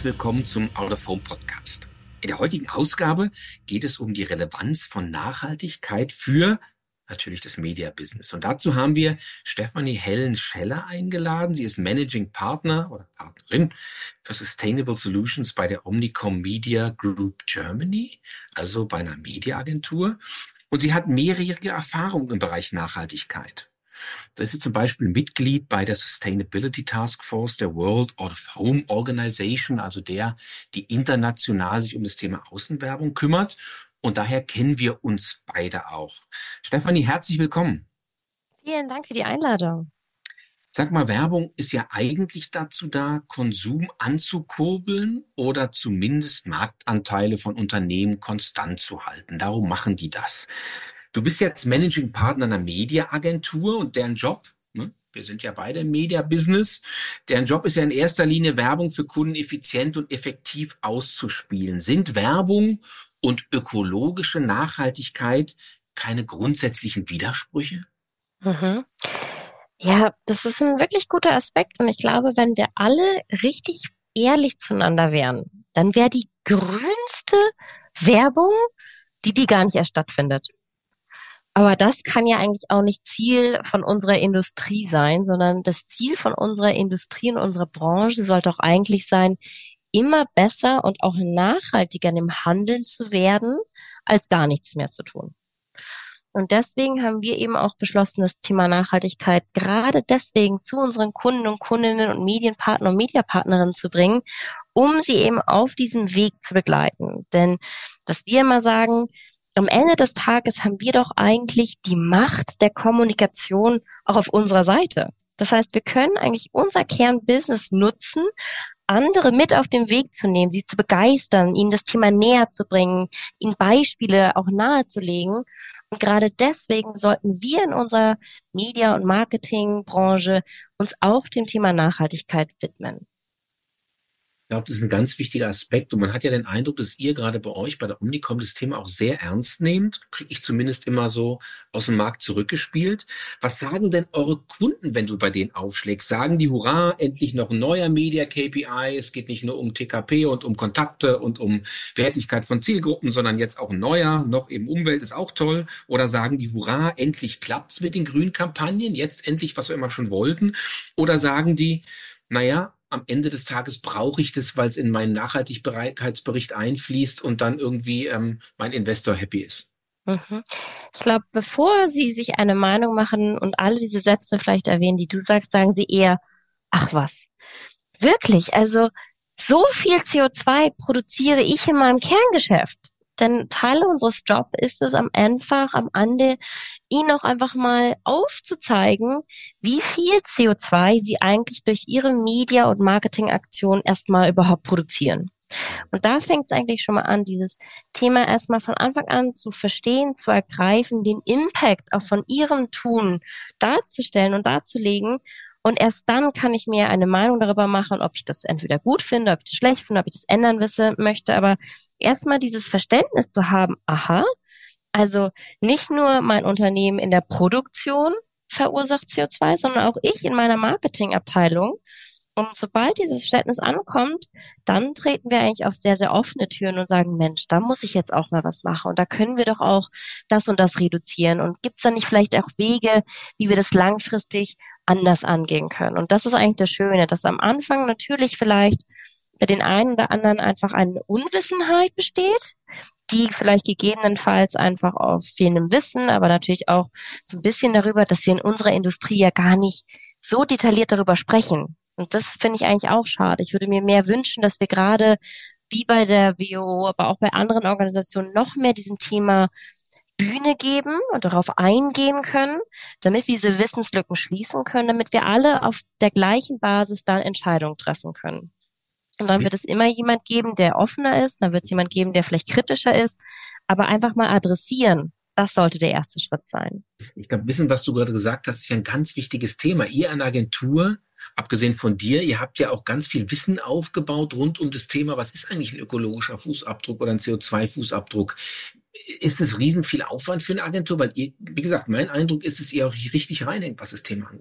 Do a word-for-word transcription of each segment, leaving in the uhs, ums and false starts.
herzlich willkommen zum Out of Home Podcast. In der heutigen Ausgabe geht es um die Relevanz von Nachhaltigkeit für natürlich das Media-Business. Und dazu haben wir Stefanie Hellen-Scheller eingeladen. Sie ist Managing Partner oder Partnerin für Sustainable Solutions bei der Omnicom Media Group Germany, also bei einer Mediaagentur. Und sie hat mehrjährige Erfahrung im Bereich Nachhaltigkeit. Da ist sie zum Beispiel Mitglied bei der Sustainability Task Force der World Out of Home Organization, also der, die international sich um das Thema Außenwerbung kümmert. Und daher kennen wir uns beide auch. Stefanie, herzlich willkommen. Vielen Dank für die Einladung. Sag mal, Werbung ist ja eigentlich dazu da, Konsum anzukurbeln oder zumindest Marktanteile von Unternehmen konstant zu halten. Darum machen die das. Du bist jetzt Managing Partner einer Mediaagentur und deren Job, ne, wir sind ja beide im Media-Business, deren Job ist ja in erster Linie Werbung für Kunden effizient und effektiv auszuspielen. Sind Werbung und ökologische Nachhaltigkeit keine grundsätzlichen Widersprüche? Mhm. Ja, das ist ein wirklich guter Aspekt und ich glaube, wenn wir alle richtig ehrlich zueinander wären, dann wäre die grünste Werbung, die die gar nicht erst stattfindet. Aber das kann ja eigentlich auch nicht Ziel von unserer Industrie sein, sondern das Ziel von unserer Industrie und unserer Branche sollte auch eigentlich sein, immer besser und auch nachhaltiger in dem Handeln zu werden, als gar nichts mehr zu tun. Und deswegen haben wir eben auch beschlossen, das Thema Nachhaltigkeit gerade deswegen zu unseren Kunden und Kundinnen und Medienpartner und Mediapartnerinnen zu bringen, um sie eben auf diesem Weg zu begleiten. Denn was wir immer sagen, am Ende des Tages haben wir doch eigentlich die Macht der Kommunikation auch auf unserer Seite. Das heißt, wir können eigentlich unser Kernbusiness nutzen, andere mit auf den Weg zu nehmen, sie zu begeistern, ihnen das Thema näher zu bringen, ihnen Beispiele auch nahezulegen. Und gerade deswegen sollten wir in unserer Media- und Marketingbranche uns auch dem Thema Nachhaltigkeit widmen. Ich glaube, das ist ein ganz wichtiger Aspekt und man hat ja den Eindruck, dass ihr gerade bei euch, bei der Omnicom, das Thema auch sehr ernst nehmt. Kriege ich zumindest immer so aus dem Markt zurückgespielt. Was sagen denn eure Kunden, wenn du bei denen aufschlägst? Sagen die, hurra, endlich noch ein neuer Media-K P I, es geht nicht nur um T K P und um Kontakte und um Wertigkeit von Zielgruppen, sondern jetzt auch ein neuer, noch eben Umwelt ist auch toll. Oder sagen die, hurra, endlich klappt's mit den grünen Kampagnen, jetzt endlich, was wir immer schon wollten. Oder sagen die, naja, am Ende des Tages brauche ich das, weil es in meinen Nachhaltigkeitsbericht einfließt und dann irgendwie ähm, mein Investor happy ist. Mhm. Ich glaube, bevor Sie sich eine Meinung machen und alle diese Sätze vielleicht erwähnen, die du sagst, sagen Sie eher, ach was, wirklich, also so viel C O zwei produziere ich in meinem Kerngeschäft. Denn Teil unseres Jobs ist es am einfach, am Ende, Ihnen auch einfach mal aufzuzeigen, wie viel C O zwei Sie eigentlich durch Ihre Media- und Marketingaktion erstmal überhaupt produzieren. Und da fängt es eigentlich schon mal an, dieses Thema erstmal von Anfang an zu verstehen, zu ergreifen, den Impact auch von Ihrem Tun darzustellen und darzulegen. Und erst dann kann ich mir eine Meinung darüber machen, ob ich das entweder gut finde, ob ich das schlecht finde, ob ich das ändern wisse, möchte. Aber erstmal dieses Verständnis zu haben, aha, also nicht nur mein Unternehmen in der Produktion verursacht C O zwei, sondern auch ich in meiner Marketingabteilung. Und sobald dieses Verständnis ankommt, dann treten wir eigentlich auf sehr, sehr offene Türen und sagen, Mensch, da muss ich jetzt auch mal was machen. Und da können wir doch auch das und das reduzieren. Und gibt es da nicht vielleicht auch Wege, wie wir das langfristig anders angehen können? Und das ist eigentlich das Schöne, dass am Anfang natürlich vielleicht bei den einen oder anderen einfach eine Unwissenheit besteht, die vielleicht gegebenenfalls einfach auf fehlendem Wissen, aber natürlich auch so ein bisschen darüber, dass wir in unserer Industrie ja gar nicht so detailliert darüber sprechen. Und das finde ich eigentlich auch schade. Ich würde mir mehr wünschen, dass wir gerade wie bei der W O O, aber auch bei anderen Organisationen noch mehr diesem Thema Bühne geben und darauf eingehen können, damit wir diese Wissenslücken schließen können, damit wir alle auf der gleichen Basis dann Entscheidungen treffen können. Und dann wird es immer jemand geben, der offener ist, dann wird es jemand geben, der vielleicht kritischer ist, aber einfach mal adressieren. Das sollte der erste Schritt sein. Ich glaube, Wissen, was du gerade gesagt hast, ist ja ein ganz wichtiges Thema. Ihr an Agentur, abgesehen von dir, ihr habt ja auch ganz viel Wissen aufgebaut rund um das Thema, was ist eigentlich ein ökologischer Fußabdruck oder ein C O zwei Fußabdruck? Ist es riesen viel Aufwand für eine Agentur? Weil ihr, wie gesagt, mein Eindruck ist, dass ihr auch richtig reinhängt, was das Thema angeht.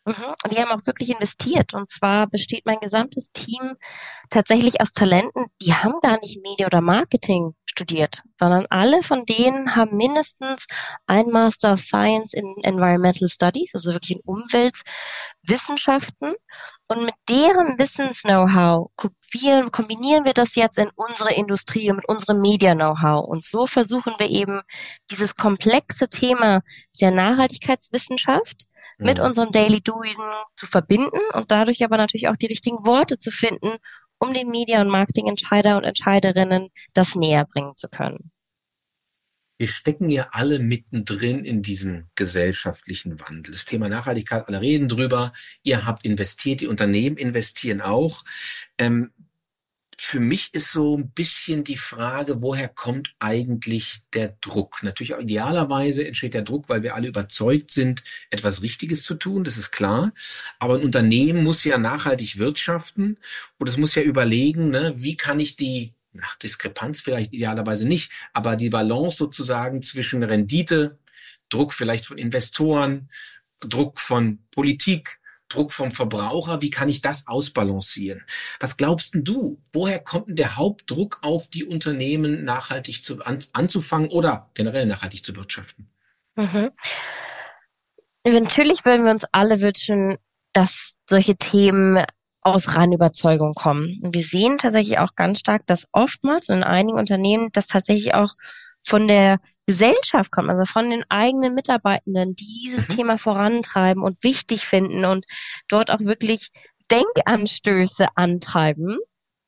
Mhm. Und die haben auch wirklich investiert. Und zwar besteht mein gesamtes Team tatsächlich aus Talenten, die haben gar nicht Media oder Marketing studiert, sondern alle von denen haben mindestens ein Master of Science in Environmental Studies, also wirklich in Umweltwissenschaften. Und mit deren Wissens-Know-how kombinieren, kombinieren wir das jetzt in unsere Industrie und mit unserem Media-Know-how. Und so versuchen wir eben dieses komplexe Thema der Nachhaltigkeitswissenschaft mit Mhm. unserem Daily Doing zu verbinden und dadurch aber natürlich auch die richtigen Worte zu finden, um den Media- und Marketingentscheider und Entscheiderinnen das näher bringen zu können. Wir stecken ja alle mittendrin in diesem gesellschaftlichen Wandel. Das Thema Nachhaltigkeit, alle reden drüber. Ihr habt investiert, die Unternehmen investieren auch. Ähm, Für mich ist so ein bisschen die Frage, woher kommt eigentlich der Druck? Natürlich, idealerweise entsteht der Druck, weil wir alle überzeugt sind, etwas Richtiges zu tun, das ist klar. Aber ein Unternehmen muss ja nachhaltig wirtschaften und es muss ja überlegen, ne, wie kann ich die na, Diskrepanz vielleicht idealerweise nicht, aber die Balance sozusagen zwischen Rendite, Druck vielleicht von Investoren, Druck von Politik, Druck vom Verbraucher, wie kann ich das ausbalancieren? Was glaubst denn du? Woher kommt denn der Hauptdruck auf die Unternehmen, nachhaltig zu, an, anzufangen oder generell nachhaltig zu wirtschaften? Mhm. Natürlich würden wir uns alle wünschen, dass solche Themen aus reiner Überzeugung kommen. Und wir sehen tatsächlich auch ganz stark, dass oftmals in einigen Unternehmen das tatsächlich auch von der Gesellschaft kommt, also von den eigenen Mitarbeitenden, die dieses Mhm. Thema vorantreiben und wichtig finden und dort auch wirklich Denkanstöße antreiben.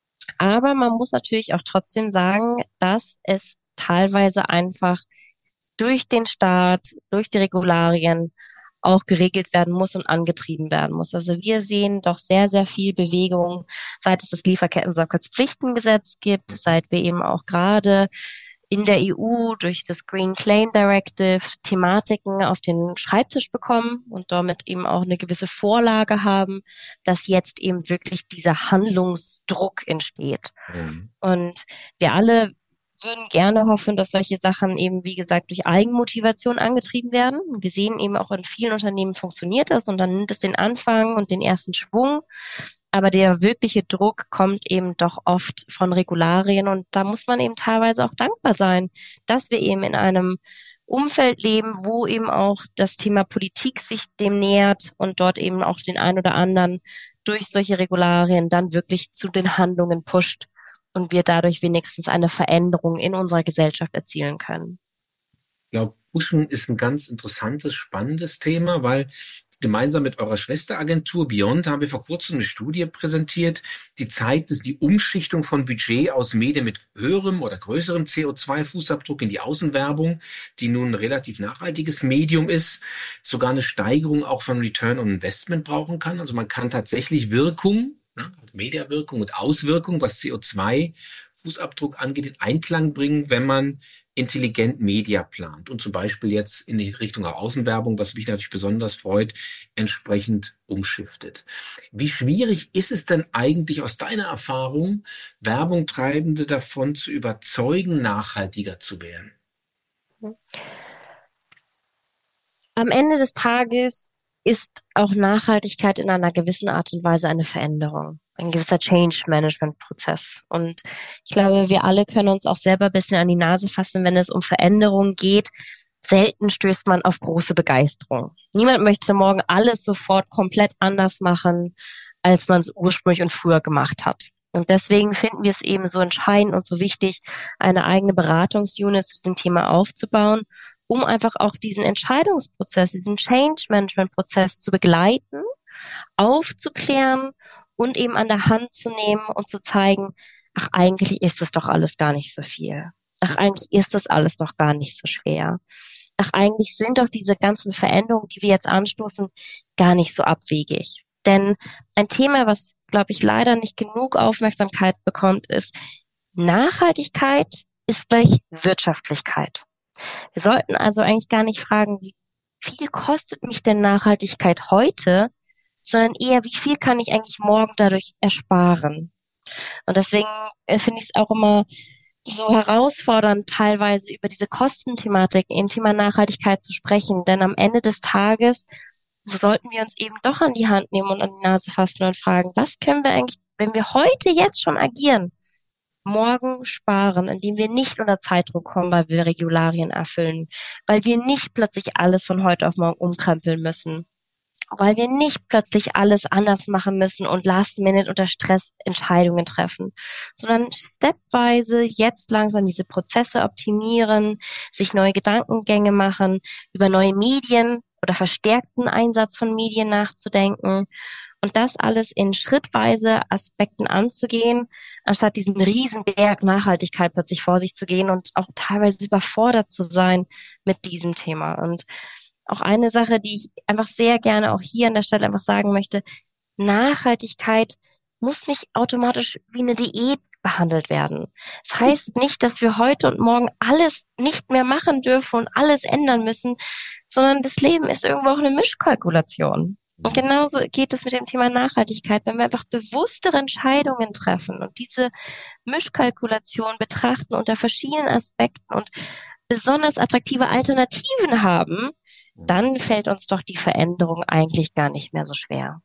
Aber man muss natürlich auch trotzdem sagen, dass es teilweise einfach durch den Staat, durch die Regularien auch geregelt werden muss und angetrieben werden muss. Also wir sehen doch sehr, sehr viel Bewegung, seit es das Lieferketten-Sorgfaltspflichtengesetz gibt, seit wir eben auch gerade in der E U durch das Green Claim Directive Thematiken auf den Schreibtisch bekommen und damit eben auch eine gewisse Vorlage haben, dass jetzt eben wirklich dieser Handlungsdruck entsteht. Mhm. Und wir alle würden gerne hoffen, dass solche Sachen eben, wie gesagt, durch Eigenmotivation angetrieben werden. Wir sehen eben auch in vielen Unternehmen funktioniert das und dann nimmt es den Anfang und den ersten Schwung. Aber der wirkliche Druck kommt eben doch oft von Regularien und da muss man eben teilweise auch dankbar sein, dass wir eben in einem Umfeld leben, wo eben auch das Thema Politik sich dem nähert und dort eben auch den einen oder anderen durch solche Regularien dann wirklich zu den Handlungen pusht und wir dadurch wenigstens eine Veränderung in unserer Gesellschaft erzielen können. Ich glaube, Pushen ist ein ganz interessantes, spannendes Thema, weil gemeinsam mit eurer Schwesteragentur Beyond haben wir vor kurzem eine Studie präsentiert, die zeigt, dass die Umschichtung von Budget aus Medien mit höherem oder größerem C O zwei Fußabdruck in die Außenwerbung, die nun ein relativ nachhaltiges Medium ist, sogar eine Steigerung auch von Return on Investment brauchen kann. Also man kann tatsächlich Wirkung, ne, Mediawirkung und Auswirkung, was C O zwei Fußabdruck angeht, in Einklang bringen, wenn man intelligent Media plant und zum Beispiel jetzt in die Richtung auch Außenwerbung, was mich natürlich besonders freut, entsprechend umschiftet. Wie schwierig ist es denn eigentlich aus deiner Erfahrung, Werbungtreibende davon zu überzeugen, nachhaltiger zu werden? Am Ende des Tages ist auch Nachhaltigkeit in einer gewissen Art und Weise eine Veränderung, ein gewisser Change-Management-Prozess. Und ich glaube, wir alle können uns auch selber ein bisschen an die Nase fassen, wenn es um Veränderungen geht. Selten stößt man auf große Begeisterung. Niemand möchte morgen alles sofort komplett anders machen, als man es ursprünglich und früher gemacht hat. Und deswegen finden wir es eben so entscheidend und so wichtig, eine eigene Beratungsunit zu diesem Thema aufzubauen, um einfach auch diesen Entscheidungsprozess, diesen Change-Management-Prozess zu begleiten, aufzuklären und eben an der Hand zu nehmen und zu zeigen, ach, eigentlich ist das doch alles gar nicht so viel. Ach, eigentlich ist das alles doch gar nicht so schwer. Ach, eigentlich sind doch diese ganzen Veränderungen, die wir jetzt anstoßen, gar nicht so abwegig. Denn ein Thema, was, glaube ich, leider nicht genug Aufmerksamkeit bekommt, ist, Nachhaltigkeit ist gleich Wirtschaftlichkeit. Wir sollten also eigentlich gar nicht fragen, wie viel kostet mich denn Nachhaltigkeit heute, sondern eher, wie viel kann ich eigentlich morgen dadurch ersparen? Und deswegen äh, finde ich es auch immer so herausfordernd, teilweise über diese Kostenthematik im Thema Nachhaltigkeit zu sprechen. Denn am Ende des Tages sollten wir uns eben doch an die Hand nehmen und an die Nase fassen und fragen, was können wir eigentlich, wenn wir heute jetzt schon agieren, morgen sparen, indem wir nicht unter Zeitdruck kommen, weil wir Regularien erfüllen, weil wir nicht plötzlich alles von heute auf morgen umkrempeln müssen, weil wir nicht plötzlich alles anders machen müssen und last minute unter Stress Entscheidungen treffen, sondern stepweise jetzt langsam diese Prozesse optimieren, sich neue Gedankengänge machen, über neue Medien oder verstärkten Einsatz von Medien nachzudenken und das alles in schrittweise Aspekten anzugehen, anstatt diesen Riesenberg Nachhaltigkeit plötzlich vor sich zu gehen und auch teilweise überfordert zu sein mit diesem Thema. Und auch eine Sache, die ich einfach sehr gerne auch hier an der Stelle einfach sagen möchte, Nachhaltigkeit muss nicht automatisch wie eine Diät behandelt werden. Das heißt nicht, dass wir heute und morgen alles nicht mehr machen dürfen und alles ändern müssen, sondern das Leben ist irgendwo auch eine Mischkalkulation. Und genauso geht es mit dem Thema Nachhaltigkeit, wenn wir einfach bewusstere Entscheidungen treffen und diese Mischkalkulation betrachten unter verschiedenen Aspekten und besonders attraktive Alternativen haben, dann fällt uns doch die Veränderung eigentlich gar nicht mehr so schwer.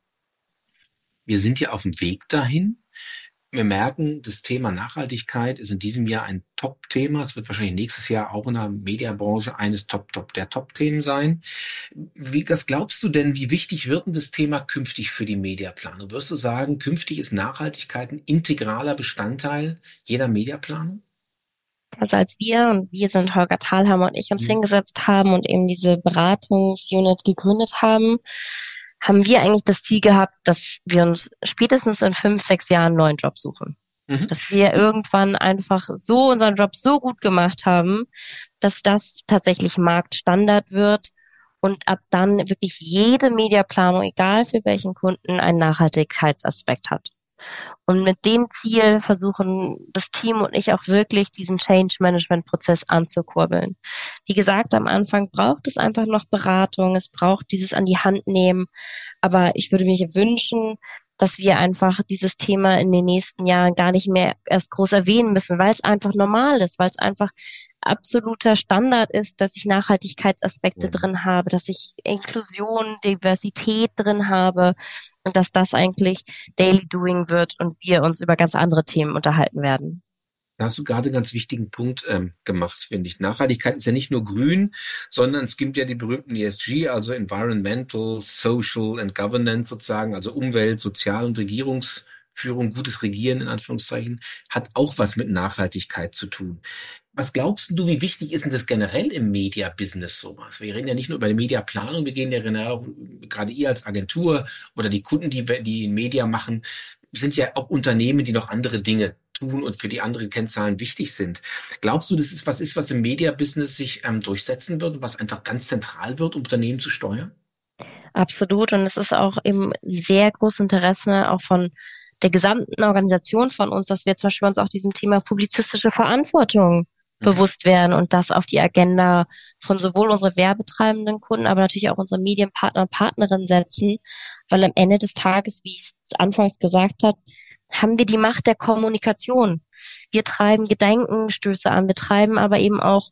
Wir sind ja auf dem Weg dahin. Wir merken, das Thema Nachhaltigkeit ist in diesem Jahr ein Top-Thema. Es wird wahrscheinlich nächstes Jahr auch in der Mediabranche eines Top, Top, der Top-Themen sein. Wie, was glaubst du denn, wie wichtig wird denn das Thema künftig für die Mediaplanung? Wirst du sagen, künftig ist Nachhaltigkeit ein integraler Bestandteil jeder Mediaplanung? Also als wir, und wir sind Holger Thalhammer und ich, uns mhm. hingesetzt haben und eben diese Beratungsunit gegründet haben, haben wir eigentlich das Ziel gehabt, dass wir uns spätestens in fünf, sechs Jahren einen neuen Job suchen. Mhm. Dass wir irgendwann einfach so unseren Job so gut gemacht haben, dass das tatsächlich Marktstandard wird und ab dann wirklich jede Mediaplanung, egal für welchen Kunden, einen Nachhaltigkeitsaspekt hat. Und mit dem Ziel versuchen das Team und ich auch wirklich diesen Change-Management-Prozess anzukurbeln. Wie gesagt, am Anfang braucht es einfach noch Beratung, es braucht dieses an die Hand nehmen. Aber ich würde mir wünschen, dass wir einfach dieses Thema in den nächsten Jahren gar nicht mehr erst groß erwähnen müssen, weil es einfach normal ist, weil es einfach absoluter Standard ist, dass ich Nachhaltigkeitsaspekte drin habe, dass ich Inklusion, Diversität drin habe und dass das eigentlich Daily Doing wird und wir uns über ganz andere Themen unterhalten werden. Da hast du gerade einen ganz wichtigen Punkt ähm, gemacht, finde ich. Nachhaltigkeit ist ja nicht nur grün, sondern es gibt ja die berühmten E S G, also Environmental, Social and Governance sozusagen, also Umwelt, Sozial- und Regierungsführung, gutes Regieren in Anführungszeichen, hat auch was mit Nachhaltigkeit zu tun. Was glaubst du, wie wichtig ist denn das generell im Media-Business sowas? Wir reden ja nicht nur über die Mediaplanung, wir gehen ja genau, gerade ihr als Agentur oder die Kunden, die, die in Media machen, sind ja auch Unternehmen, die noch andere Dinge tun und für die anderen Kennzahlen wichtig sind. Glaubst du, das ist was ist, was im Media-Business sich ähm, durchsetzen wird und was einfach ganz zentral wird, um Unternehmen zu steuern? Absolut. Und es ist auch eben sehr großes Interesse auch von der gesamten Organisation von uns, dass wir zum Beispiel uns auch diesem Thema publizistische Verantwortung bewusst werden und das auf die Agenda von sowohl unsere werbetreibenden Kunden, aber natürlich auch unsere Medienpartner und Partnerinnen setzen, weil am Ende des Tages, wie ich es anfangs gesagt habe, haben wir die Macht der Kommunikation. Wir treiben Gedankenstöße an, wir treiben aber eben auch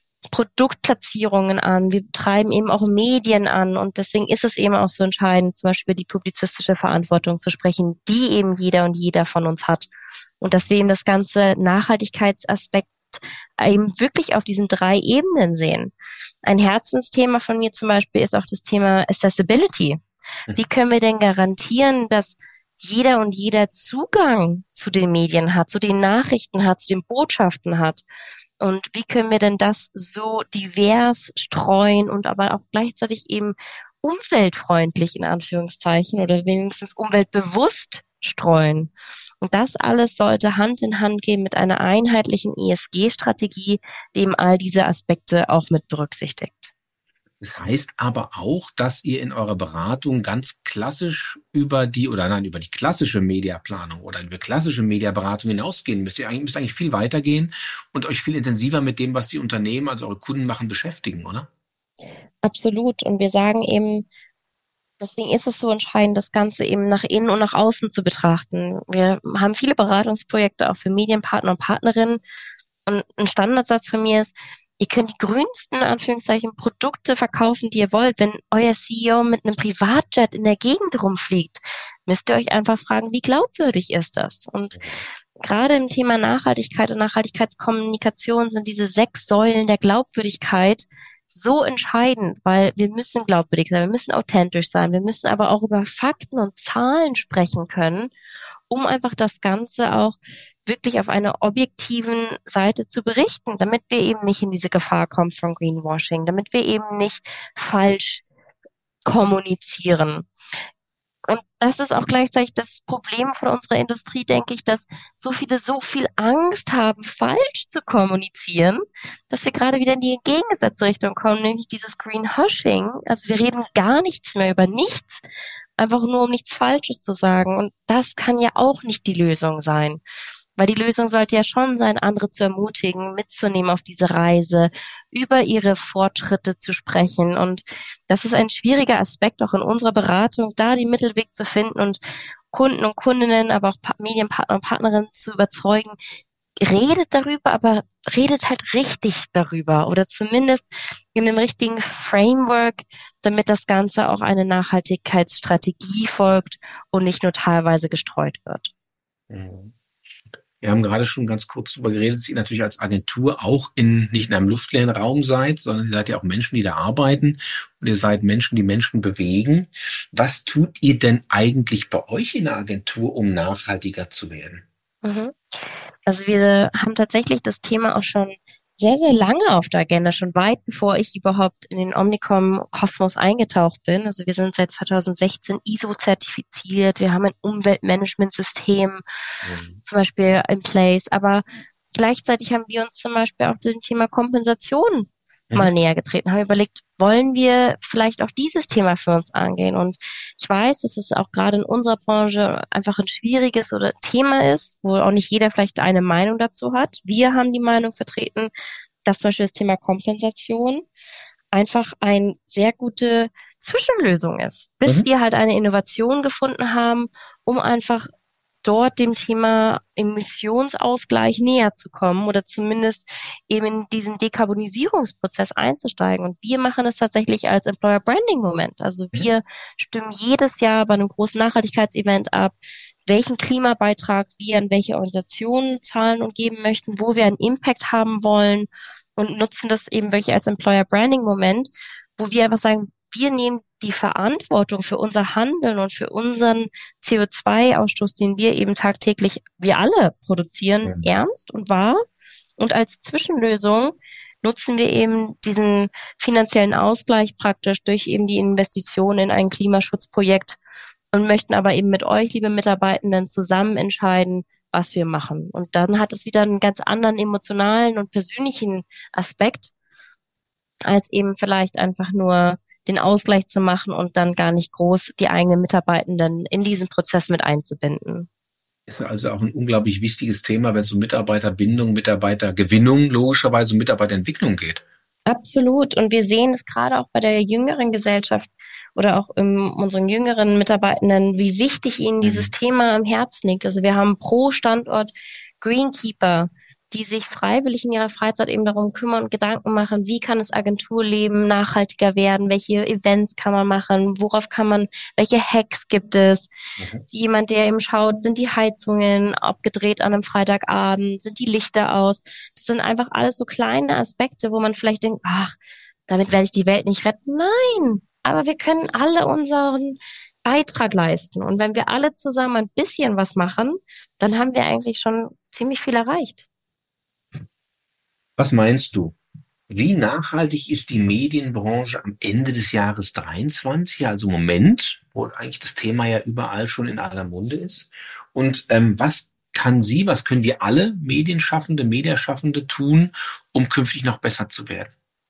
Produktplatzierungen an, wir treiben eben auch Medien an und deswegen ist es eben auch so entscheidend, zum Beispiel die publizistische Verantwortung zu sprechen, die eben jeder und jeder von uns hat und dass wir eben das ganze Nachhaltigkeitsaspekt eben wirklich auf diesen drei Ebenen sehen. Ein Herzensthema von mir zum Beispiel ist auch das Thema Accessibility. Wie können wir denn garantieren, dass jeder und jeder Zugang zu den Medien hat, zu den Nachrichten hat, zu den Botschaften hat? Und wie können wir denn das so divers streuen und aber auch gleichzeitig eben umweltfreundlich in Anführungszeichen oder wenigstens umweltbewusst streuen? Und das alles sollte Hand in Hand gehen mit einer einheitlichen E S G-Strategie, die eben all diese Aspekte auch mit berücksichtigt. Das heißt aber auch, dass ihr in eurer Beratung ganz klassisch über die, oder nein, über die klassische Mediaplanung oder über klassische Mediaberatung hinausgehen müsst. Ihr eigentlich, müsst eigentlich viel weitergehen und euch viel intensiver mit dem, was die Unternehmen, also eure Kunden machen, beschäftigen, oder? Absolut. Und wir sagen eben, deswegen ist es so entscheidend, das Ganze eben nach innen und nach außen zu betrachten. Wir haben viele Beratungsprojekte auch für Medienpartner und Partnerinnen. Und ein Standardsatz von mir ist, Ihr könnt die grünsten, in Anführungszeichen, Produkte verkaufen, die ihr wollt. Wenn euer C E O mit einem Privatjet in der Gegend rumfliegt, müsst ihr euch einfach fragen, wie glaubwürdig ist das? Und gerade im Thema Nachhaltigkeit und Nachhaltigkeitskommunikation sind diese sechs Säulen der Glaubwürdigkeit so entscheidend, weil wir müssen glaubwürdig sein, wir müssen authentisch sein, wir müssen aber auch über Fakten und Zahlen sprechen können, um einfach das Ganze auch wirklich auf einer objektiven Seite zu berichten, damit wir eben nicht in diese Gefahr kommen von Greenwashing, damit wir eben nicht falsch kommunizieren. Und das ist auch gleichzeitig das Problem von unserer Industrie, denke ich, dass so viele so viel Angst haben, falsch zu kommunizieren, dass wir gerade wieder in die entgegengesetzte Richtung kommen, nämlich dieses Greenwashing. Also wir reden gar nichts mehr über nichts, einfach nur um nichts Falsches zu sagen. Und das kann ja auch nicht die Lösung sein. Weil die Lösung sollte ja schon sein, andere zu ermutigen, mitzunehmen auf diese Reise, über ihre Fortschritte zu sprechen. Und das ist ein schwieriger Aspekt auch in unserer Beratung, da den Mittelweg zu finden und Kunden und Kundinnen, aber auch Medienpartner und Partnerinnen zu überzeugen. Redet darüber, aber redet halt richtig darüber oder zumindest in dem richtigen Framework, damit das Ganze auch eine Nachhaltigkeitsstrategie folgt und nicht nur teilweise gestreut wird. Mhm. Wir haben gerade schon ganz kurz darüber geredet, dass ihr natürlich als Agentur auch in nicht in einem luftleeren Raum seid, sondern ihr seid ja auch Menschen, die da arbeiten und ihr seid Menschen, die Menschen bewegen. Was tut ihr denn eigentlich bei euch in der Agentur, um nachhaltiger zu werden? Mhm. Also wir haben tatsächlich das Thema auch schon sehr, sehr lange auf der Agenda, schon weit bevor ich überhaupt in den Omnicom-Kosmos eingetaucht bin. Also wir sind seit zweitausendsechzehn I S O-zertifiziert, wir haben ein Umweltmanagementsystem mhm. zum Beispiel in place, aber gleichzeitig haben wir uns zum Beispiel auch dem Thema Kompensation mhm. mal näher getreten, haben überlegt, wollen wir vielleicht auch dieses Thema für uns angehen? Und ich weiß, dass es auch gerade in unserer Branche einfach ein schwieriges oder Thema ist, wo auch nicht jeder vielleicht eine Meinung dazu hat. Wir haben die Meinung vertreten, dass zum Beispiel das Thema Kompensation einfach eine sehr gute Zwischenlösung ist, bis mhm. wir halt eine Innovation gefunden haben, um einfach dort dem Thema Emissionsausgleich näher zu kommen oder zumindest eben in diesen Dekarbonisierungsprozess einzusteigen. Und wir machen es tatsächlich als Employer Branding Moment. Also wir stimmen jedes Jahr bei einem großen Nachhaltigkeitsevent ab, welchen Klimabeitrag wir an welche Organisationen zahlen und geben möchten, wo wir einen Impact haben wollen und nutzen das eben wirklich als Employer Branding Moment, wo wir einfach sagen, wir nehmen die Verantwortung für unser Handeln und für unseren C O zwei Ausstoß, den wir eben tagtäglich, wir alle produzieren, ja. ernst und wahr. Und als Zwischenlösung nutzen wir eben diesen finanziellen Ausgleich praktisch durch eben die Investition in ein Klimaschutzprojekt und möchten aber eben mit euch, liebe Mitarbeitenden, zusammen entscheiden, was wir machen. Und dann hat es wieder einen ganz anderen emotionalen und persönlichen Aspekt, als eben vielleicht einfach nur den Ausgleich zu machen und dann gar nicht groß die eigenen Mitarbeitenden in diesen Prozess mit einzubinden. Ist also auch ein unglaublich wichtiges Thema, wenn es um Mitarbeiterbindung, Mitarbeitergewinnung, logischerweise um Mitarbeiterentwicklung geht. Absolut. Und wir sehen es gerade auch bei der jüngeren Gesellschaft oder auch in unseren jüngeren Mitarbeitenden, wie wichtig ihnen dieses mhm. Thema am Herzen liegt. Also wir haben pro Standort Greenkeeper, die sich freiwillig in ihrer Freizeit eben darum kümmern und Gedanken machen, wie kann das Agenturleben nachhaltiger werden, welche Events kann man machen, worauf kann man, welche Hacks gibt es. Mhm. Jemand, der eben schaut, sind die Heizungen abgedreht an einem Freitagabend, sind die Lichter aus. Das sind einfach alles so kleine Aspekte, wo man vielleicht denkt, ach, damit werde ich die Welt nicht retten. Nein, aber wir können alle unseren Beitrag leisten. Und wenn wir alle zusammen ein bisschen was machen, dann haben wir eigentlich schon ziemlich viel erreicht. Was meinst du? Wie nachhaltig ist die Medienbranche am Ende des Jahres dreiundzwanzig, also im Moment, wo eigentlich das Thema ja überall schon in aller Munde ist? Und ähm, was kann sie, was können wir alle Medienschaffende, Mediaschaffende tun, um künftig noch besser zu werden?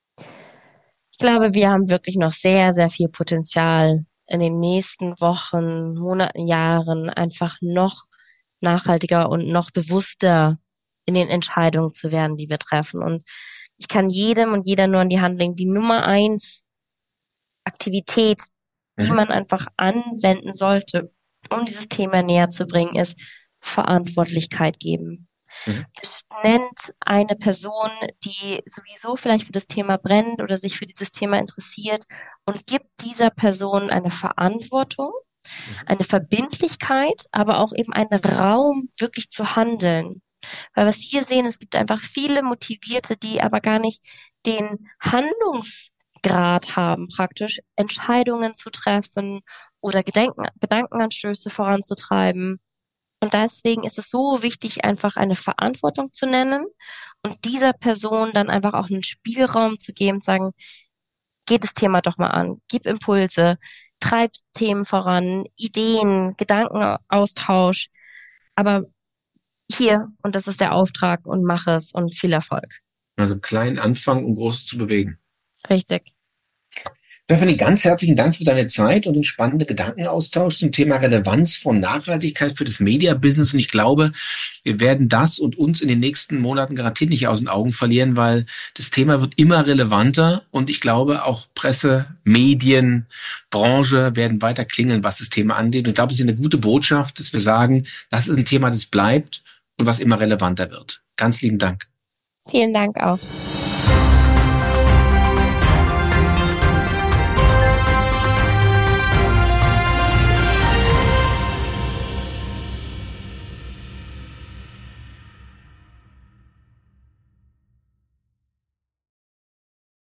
Ich glaube, wir haben wirklich noch sehr, sehr viel Potenzial in den nächsten Wochen, Monaten, Jahren einfach noch nachhaltiger und noch bewusster in den Entscheidungen zu werden, die wir treffen. Und ich kann jedem und jeder nur an die Hand legen, die Nummer eins Aktivität, die mhm. man einfach anwenden sollte, um dieses Thema näher zu bringen, ist Verantwortlichkeit geben. Mhm. Nennt eine Person, die sowieso vielleicht für das Thema brennt oder sich für dieses Thema interessiert und gibt dieser Person eine Verantwortung, eine Verbindlichkeit, aber auch eben einen Raum, wirklich zu handeln. Weil was wir sehen, es gibt einfach viele Motivierte, die aber gar nicht den Handlungsgrad haben, praktisch Entscheidungen zu treffen oder Gedanken, Gedankenanstöße voranzutreiben. Und deswegen ist es so wichtig, einfach eine Verantwortung zu nennen und dieser Person dann einfach auch einen Spielraum zu geben, zu sagen, geh das Thema doch mal an, gib Impulse, treib Themen voran, Ideen, Gedankenaustausch, aber hier, und das ist der Auftrag, und mach es und viel Erfolg. Also klein anfangen, um Großes zu bewegen. Richtig. Stefanie, ganz herzlichen Dank für deine Zeit und den spannenden Gedankenaustausch zum Thema Relevanz von Nachhaltigkeit für das Media-Business. Und ich glaube, wir werden das und uns in den nächsten Monaten garantiert nicht aus den Augen verlieren, weil das Thema wird immer relevanter. Und ich glaube, auch Presse, Medien, Branche werden weiter klingeln, was das Thema angeht. Und ich glaube, es ist eine gute Botschaft, dass wir sagen, das ist ein Thema, das bleibt und was immer relevanter wird. Ganz lieben Dank. Vielen Dank auch.